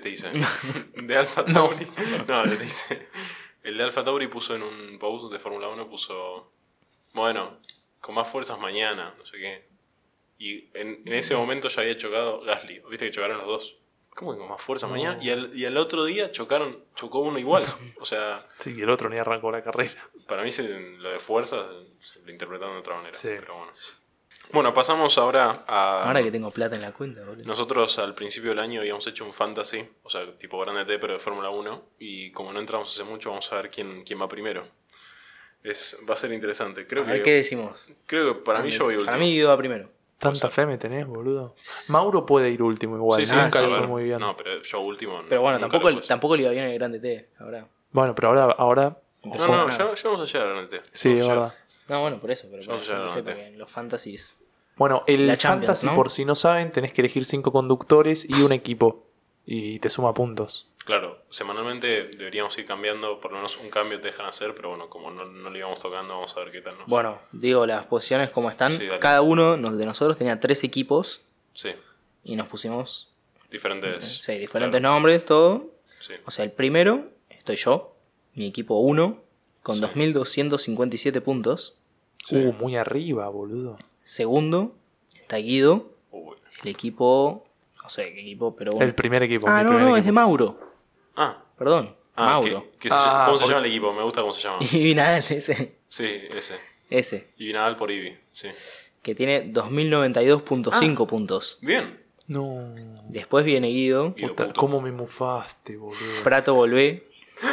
de Alfa Tauri, no, de TIC, el de Alfa Tauri puso en un post de Fórmula 1, puso, bueno, con más fuerzas mañana, no sé qué. Y en ese momento ya había chocado Gasly, viste que chocaron los dos. ¿Cómo que con más fuerza mañana? Y al otro día chocó uno igual. O sea, Sí, el otro ni arrancó la carrera. para mí lo de fuerza se lo interpretaron de otra manera. Sí. Pero bueno. Bueno, pasamos ahora a... Ahora que tengo plata en la cuenta, boludo. Nosotros al principio del año habíamos hecho un fantasy, o sea, tipo grande T, pero de Fórmula 1. Y como no entramos hace mucho, vamos a ver quién va primero. Va a ser interesante. A ver qué decimos. Creo que para mí yo voy último. Para mí Guido va primero. ¿Tanta fe me tenés, boludo? Mauro puede ir último igual, Sí, sí, nunca a le ver. fue muy bien. No, pero yo último. Pero bueno, nunca tampoco, lo puse. tampoco le iba bien el Grande T. Ahora. Bueno, pero ahora No, ya vamos a llegar a grande T. sí, Vamos es a llegar. verdad. No, bueno, por eso. Pero Vamos para a que llegar sepa adelante. que en los fantasies. Bueno, el La Champions, Fantasy, ¿no? por si no saben, tenés que elegir 5 conductores y un equipo. Y te suma puntos. Claro, semanalmente deberíamos ir cambiando, por lo menos un cambio te dejan hacer, pero bueno, como no le íbamos tocando, vamos a ver qué tal nos... Bueno, digo las posiciones como están. Sí, dale. Cada uno de nosotros tenía 3 equipos Sí, y nos pusimos diferentes... diferentes claro. nombres, todo. Sí. O sea, el primero estoy yo, mi equipo 1, con Sí. 2.257 puntos. Sí. Muy arriba, boludo. Segundo está Guido, Uy. el equipo... No sé qué equipo, pero bueno. El primer equipo. Ah, mi no, primer es equipo. de Mauro. Ah, Perdón, Mauro. ¿cómo se por- llama el equipo? Me gusta cómo se llama. Y Vinadal, ese. Sí, ese. Ese. Y Vinadal por Ibi, sí. Que tiene 2.092.5 puntos. Bien. No. Después viene Guido. Guido Puta, puto. ¿cómo me mufaste, boludo? Prato volvé.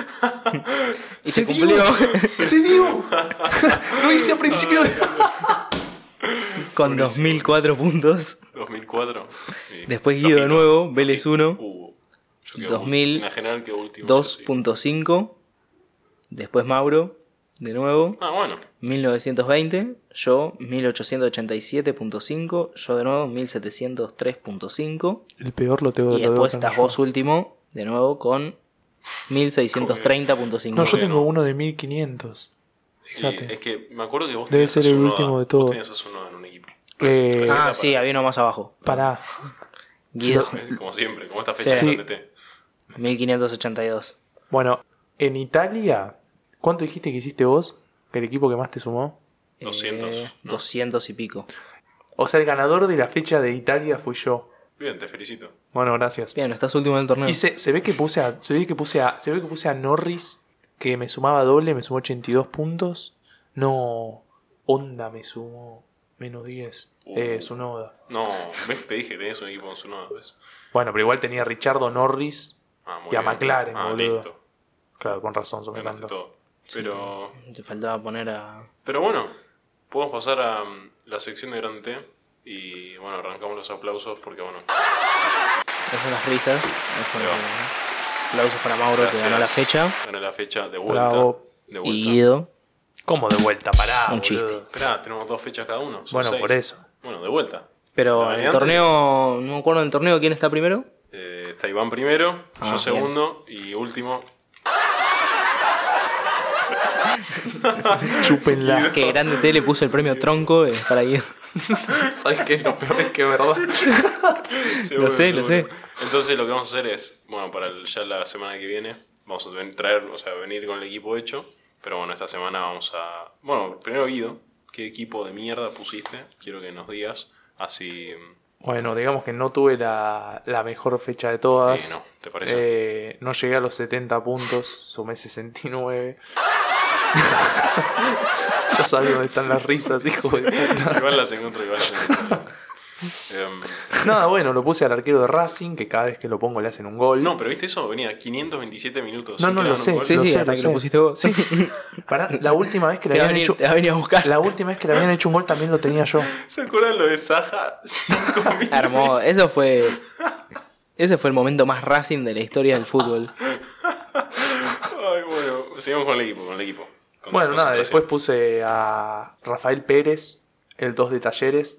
Y se dio. cumplió ¡Se dio! Lo hice a principio de... con 2.004 puntos. 2004. Sí. Después Guido de Flojito. nuevo, Vélez 1. Yo quedo 2000, en la general que último. sí, sí. 2.5. Después Mauro, de nuevo. Ah, bueno. 1920. Yo, 1887.5. Yo de nuevo, 1703.5. El peor lo tengo Y después estás vos último, de nuevo, con 1630.5. No, yo Bueno. tengo uno de 1500. Y Fíjate. es que me acuerdo que vos Debe tenías ser a el Tsunoda. último de Vos todos. tenías a Tsunoda en un equipo. Eh, Ah, sí, había uno más abajo. Pará. Guido, Como siempre, como esta fecha Sí. de TT. 1582. Bueno, en Italia, ¿cuánto dijiste que hiciste vos? El equipo que más te sumó. 200. ¿no? 200 y pico. O sea, el ganador de la fecha de Italia fui yo. Bien, te felicito. Bueno, gracias. Bien, estás último en el torneo. Y se ve que puse a Norris, que me sumaba doble, me sumó 82 puntos. No, Honda me sumó menos 10. Tsunoda. No, ves, te dije, tenés un equipo con Tsunoda, ¿ves? Bueno, pero igual tenía a Richardo, Norris Ah, muy y a bien. McLaren, Ah, boludo. listo. Claro, con razón, sumé Ganaste tanto. todo. Pero, Te faltaba poner a... pero bueno, podemos pasar a la sección de Gran T. Y bueno, arrancamos los aplausos porque bueno. Esas son las risas. Eso Ahí va. Aplausos para Mauro Gracias. que ganó la fecha. Gané la fecha de vuelta. Bravo. De Y vuelta. Guido. ¿Cómo de vuelta? Pará, Un boludo. chiste. Esperá, tenemos 2 fechas cada uno. son Bueno, 6. por eso. Bueno, de vuelta. Pero La en el variante. torneo, no me acuerdo del torneo quién está primero. Está Iván primero, Ah, yo bien. segundo y último. Chúpenla. Que Grande T le puso el premio Tronco para Guido. ¿Sabes qué? Lo peor es que es verdad. Seguro, sé, lo seguro. Entonces lo que vamos a hacer es, bueno, para ya la semana que viene, vamos a venir con el equipo hecho. Pero bueno, esta semana vamos a... Bueno, primero Guido, ¿qué equipo de mierda pusiste? Quiero que nos digas, así... Bueno, digamos que no tuve la mejor fecha de todas. no, ¿te parece? No llegué a los 70 puntos, sumé 69. Ya sabía dónde están las risas, hijo de puta. Igual las encuentro, igual las encuentro. Nada, bueno, lo puse al arquero de Racing, que cada vez que lo pongo le hacen un gol. No, pero viste eso, venía 527 minutos. No, sin no que lo hagan un sé. gol. Sí, Lo sí, sé, hasta lo que sé. lo pusiste vos. Sí. Pará, la última vez que le Te va a habían venir, hecho. te va a venir a buscar. La última vez que le habían hecho un gol también lo tenía yo. ¿Se acuerdan lo de Saja? 5.000. Armó. Ese fue el momento más Racing de la historia del fútbol. Ay, bueno, sigamos con el equipo, Con Bueno, nada, concentración. después puse a Rafael Pérez, el 2 de Talleres.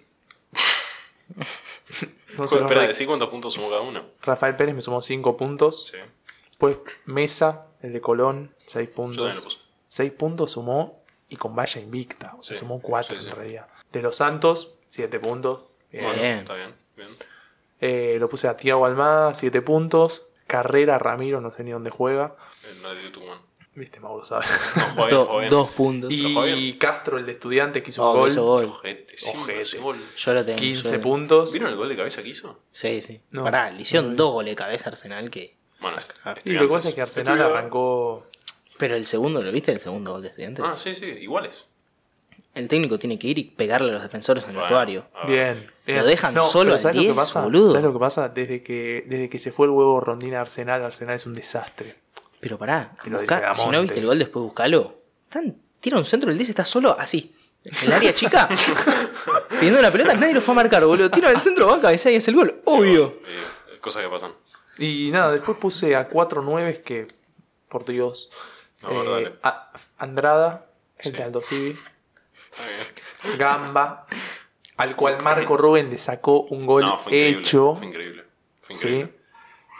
No se los Espera, re- decí cuántos puntos sumó cada uno. Rafael Pérez me sumó 5 puntos. Sí. Después Mesa, el de Colón, 6 Yo puntos. también lo puse. 6 puntos sumó y con valla invicta. O sea, Sí, sumó 4 sí, sí. en realidad. De los Santos, 7 puntos. Bien. Bueno, Bien. está bien. Lo puse a Tiago Almada, 7 puntos. Carrera Ramiro, no sé ni dónde juega. En la de Tucumán. Viste, Mauro sabe. No, juega bien, juega bien. 2 puntos. Pero juega Y bien. Castro, el de Estudiantes, que hizo Oh, un que gol. hizo gol. Ojete, sí, Ojete. ese gol. Yo lo tengo. 15 yo- puntos. ¿Vieron el gol de cabeza que hizo? Sí, sí. No, Pará, le hicieron no. 2 goles de cabeza a Arsenal que... Bueno, Y lo que pasa es que Arsenal arrancó. Pero el segundo, ¿lo viste? El segundo gol de Estudiantes. Ah, sí, iguales. El técnico tiene que ir y pegarle a los defensores en el Bueno, vestuario. a ver. Bien. Lo dejan solo pero al ¿sabes lo que 10, pasa? boludo. ¿Sabes lo que pasa? Desde que se fue el huevo Rondina a Arsenal es un desastre. Pero pará, Que lo buscá- dice si no Damonte. viste el gol, después buscalo. Tira un centro, el 10 está solo así. En el área chica, pidiendo la pelota, nadie lo fue a marcar, boludo. Tira el centro, va a cabecear y es el gol. Obvio. Cosas que pasan. Y nada, después puse a 4 9 que, por Dios. No, dale. Andrada, el Sí. de Aldo Civi, Está bien. Gamba, al cual Marco Rubén le sacó un gol No, fue increíble. hecho. Fue increíble. Fue Sí. increíble.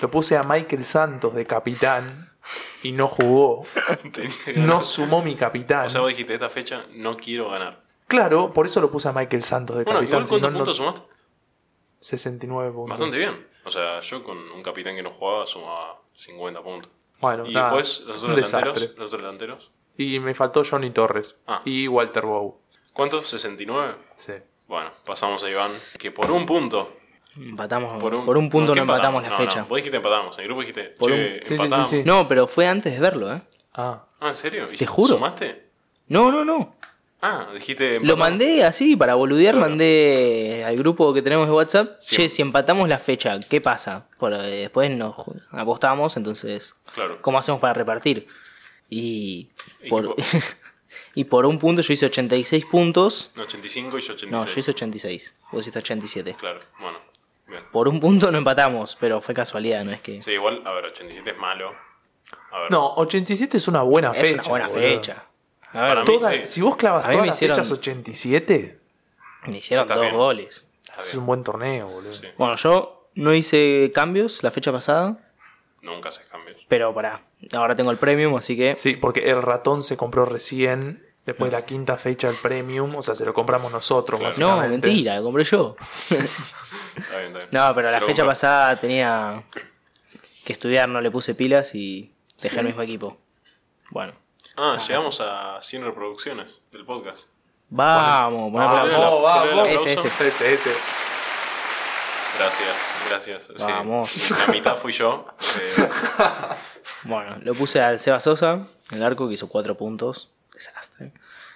Lo puse a Michael Santos de capitán y no jugó. Tenía que ganar. No sumó mi capitán. O sea, vos dijiste, esta fecha no quiero ganar. Claro, por eso lo puse a Michael Santos de Bueno, capitán. igual ¿cuántos si no, puntos sumaste? 69 puntos. Bastante bien. O sea, yo con un capitán que no jugaba sumaba 50 puntos. Bueno, Y nada, después los un otros desastre. delanteros. Y me faltó Johnny Torres. Ah. Y Walter Bow. ¿Cuántos? ¿69? Sí. Bueno, pasamos a Iván, que por un punto... Empatamos. Por un punto ¿qué no empatamos la No, fecha. no, vos dijiste empatamos. En el grupo dijiste, Por che, sí, sí, empatamos. sí, sí. No, pero fue antes de verlo, ¿eh? Ah. Ah, ¿en serio? ¿Y Te juro. ¿Sumaste? No. Ah, dijiste Lo empatamos. mandé así, para boludear, Claro. mandé al grupo que tenemos de WhatsApp. Sí. Che, si empatamos la fecha, ¿qué pasa? Después nos apostamos, entonces, Claro. ¿cómo hacemos para repartir? Y Y por, tipo- y por un punto yo hice 86 puntos. 85 y yo 86. No, yo hice 86. Vos hiciste 87. Claro, bueno, bien. Por un punto no empatamos, pero fue casualidad, no es que... Sí, igual, a ver, 87 es malo. A ver. No, 87 es una buena es fecha. una buena boludo. fecha. A ver, Para mí- Toda- sí. Si vos clavas A mí todas me las hicieron- fechas 87, me hicieron Está 2 bien. goles. Está es bien. un buen torneo, boludo. Sí. Bueno, yo no hice cambios la fecha pasada, Nunca haces cambios. pero pará, ahora tengo el premium, así que... Sí, porque el ratón se compró recién, después de la quinta fecha el premium, o sea, se lo compramos nosotros, Claro. No, básicamente. mentira, lo compré yo. Está bien, está bien. No, pero Se la lo fecha compré. pasada tenía que estudiar, no le puse pilas y dejé el mismo equipo. Bueno, Ah, llegamos a 100 reproducciones del podcast. vamos, buen Ah, aplauso. vamos. Ese. Gracias. Sí. Vamos. La mitad fui yo. Bueno, lo puse al Seba Sosa, el arco, que hizo 4 puntos. Desastre.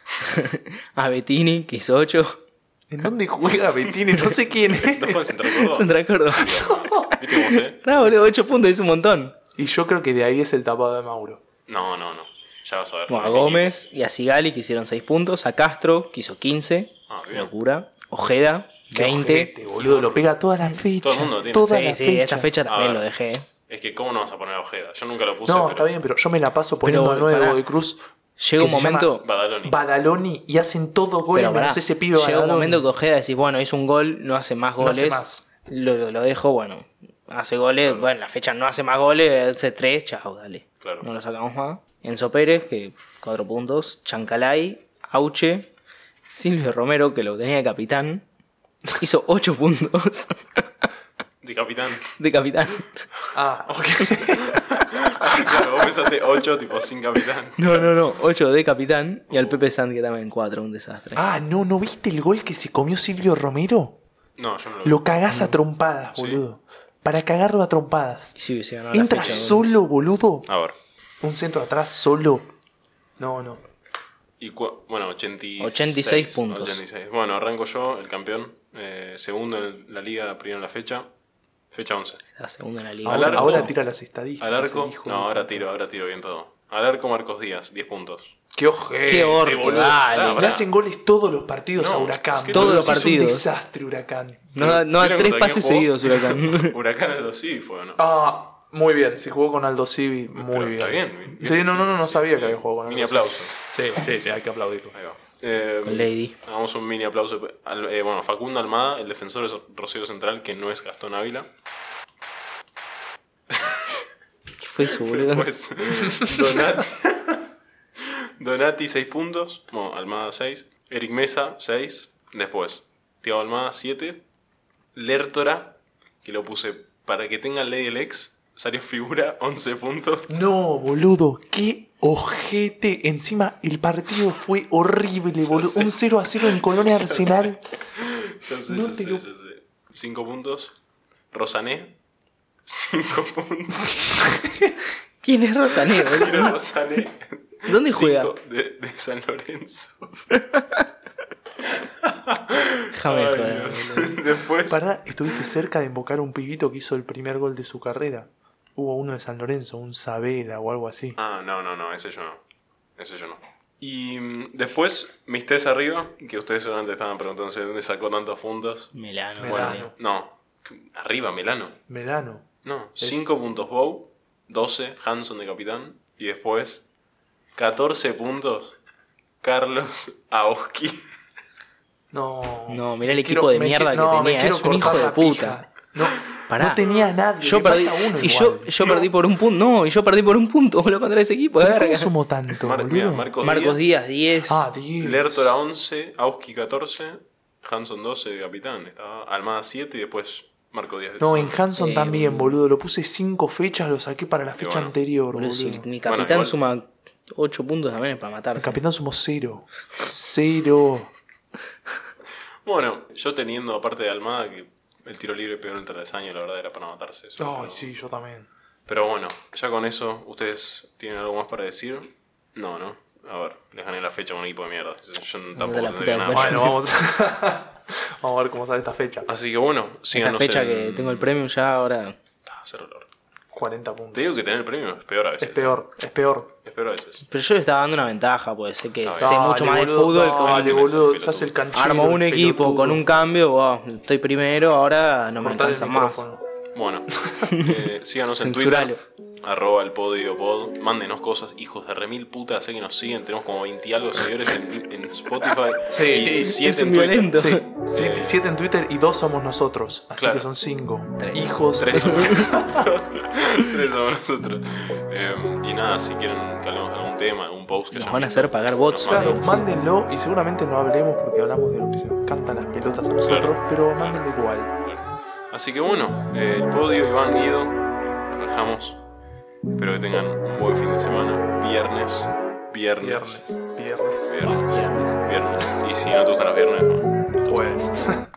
A Bettini, que hizo 8. ¿En dónde juega Bettini? No sé quién es. ¿No puedes entrar Córdoba? Central Córdoba. ¿Viste cómo sé? No, boludo, 8 puntos es un montón. Y yo creo que de ahí es el tapado de Mauro. No. Ya vas a ver. Bueno, a Gómez y a Sigali, que hicieron 6 puntos. A Castro, que hizo 15. Ah, bien. Locura. Ojeda, Qué 20. ojete, boludo, lo pega todas las fechas. Todo el mundo tiene. Todas Sí, las sí, fechas. esta fecha también A ver. lo dejé. Es que, ¿cómo no vas a poner a Ojeda? Yo nunca lo puse. No, pero... está bien, pero yo me la paso poniendo a 9 pará. de Cruz. Llega que un se llama momento. Badaloni. Badaloni y hacen todos goles Pero pará, menos ese pibe llega un Badaloni. momento que Ojeda decís, bueno, hizo un gol, no hace más No goles. hace más. Lo dejo, bueno. Hace goles, bueno, la fecha no hace más goles, hace 3, chao, dale. Claro. No lo sacamos más. Enzo Pérez, que 4 puntos. Chancalay, Auche, Silvio Romero, que lo tenía de capitán, hizo 8 puntos De capitán. de capitán. Ah, ok. Claro, vos pensaste 8, tipo, sin capitán. No, 8 de capitán. Y al Pepe Sant, que también 4, un desastre. Ah, ¿no viste el gol que se comió Silvio Romero? No, yo no lo vi. Lo cagás a trompadas, Sí. boludo. Para cagarlo a trompadas. Y si hubiese ganado la Entra fecha, solo, boludo. A ver. Un centro atrás solo. No. Y bueno, 86. 86 puntos. 86. Bueno, arranco yo, el campeón. Segundo en la liga, primero en la fecha. Fecha 11. La segunda en la liga. Al arco. Ahora tira las estadísticas. Al arco. el hijo No, de ahora puta. tiro bien todo. Al arco Marcos Díaz, 10 puntos. Qué ojete, Qué orto, boludo. dale. Ah, Le pará. hacen goles todos los partidos No, a Huracán. es que todos los Es un partidos. desastre, Huracán. No da ¿Vieron 3 contra pases quién jugó? seguidos, Huracán. Huracán Aldo sí fue, ¿no? Ah, muy bien. Si jugó con Aldo Civi, muy Pero bien. Está bien. Sí, no Sí, sabía sí. que había jugado con Aldo Mini Civi. aplauso. Sí, hay que aplaudirlo. Ahí va. Con Lady. Hagamos un mini aplauso. Bueno, Facundo Almada, el defensor es Rosario Central, que no es Gastón Ávila. ¿Qué fue eso, boludo? Después, Donati 6 puntos. Bueno, Almada 6. Eric Mesa 6. Después, Thiago Almada 7. Lertora, que lo puse para que tenga ley el ex. Salió figura 11 puntos. No, boludo, qué ojete. Encima el partido fue horrible, boludo. sé. Un 0-0 en Colonia Arsenal. Entonces, No yo te sé, lo- yo sé. 5 puntos. Rosané 5 puntos. ¿Quién es Rosané, boludo? Mira, Rosané. ¿Dónde juega? 5 de San Lorenzo. Déjame Ay, joder, Dios. boludo. Después. Pará, estuviste cerca de invocar a un pibito que hizo el primer gol de su carrera. Hubo uno de San Lorenzo, un Sabela o algo así. Ah, no, ese yo no. Y después, mis 3 arriba, que ustedes seguramente estaban preguntándose de dónde sacó tantos puntos. Melano. Melano. boludo. No, arriba, Melano. Melano. No, Es- 5 puntos Bow, 12 Hanson de capitán, y después 14 puntos Carlos Aoski. No. No, mirá el Me equipo de me mierda qui- no, que me tenía. quiero Es un hijo cortar de la puta. pija. No, Pará. No tenía a nadie. Yo le perdí, falta uno y igual. yo perdí por un punto. No, y yo perdí por un punto, boludo, contra ese equipo de ¿Cómo verga. sumó tanto, Mira, boludo? Marcos Díaz, Díaz, 10. Ah, 10. Lertora 11, Auski 14, Hanson 12 de capitán. Estaba Almada 7 y después Marcos Díaz. No, en Hanson Sí, también, boludo. Lo puse 5 fechas, lo saqué para la fecha bueno. anterior, Boludo, boludo. si mi capitán igual. suma 8 puntos también es para El matarse. capitán sumó 0. 0. Bueno, yo teniendo aparte de Almada que el tiro libre pegó en el travesaño, la verdad era para matarse eso. Ay, pero- sí, yo también. Pero bueno, ya con eso, ¿ustedes tienen algo más para decir? No, ¿no? A ver, les gané la fecha con un equipo de mierda. Yo tampoco la tendría puta nada que más. Bueno, vamos. Vamos a ver cómo sale esta fecha. Así que bueno, Esta síganos fecha en... que tengo el premio ya ahora. Cero olor. 40 puntos. Te digo que tener el premio es peor a veces. Es peor, es peor. Es peor a veces. Pero yo le estaba dando una ventaja, pues sé que Está sé bien. mucho Dale, más de boludo, fútbol. dale, que- boludo, que- se hace el canchero. Armo un el equipo pelotudo. con un cambio, wow, estoy primero, ahora no me Cortale el alcanza más. micrófono. Bueno, síganos en Censuralo. Twitter, @elpodiopod. Mándenos cosas, hijos de remil puta. Sé que nos siguen, tenemos como 20 y algo seguidores en Spotify. Sí, y 7 es en un Twitter. violento. Sí, 7 en Twitter y 2 somos nosotros. Así Claro. que son 5. Tres. Hijos. 3 somos nosotros. 3 somos nosotros. Y nada, si quieren que hablemos de algún tema, algún post que Nos hayan van a visto, hacer pagar bots. nos manden. Claro, mándenlo y seguramente no hablemos porque hablamos de lo que se nos cantan las pelotas a nosotros, Claro, pero claro. mándenlo igual. Así que bueno, el podio, Iván, Guido, los dejamos. Espero que tengan un buen fin de semana. Viernes. Viernes. Y si no te gustan los viernes, no. Pues.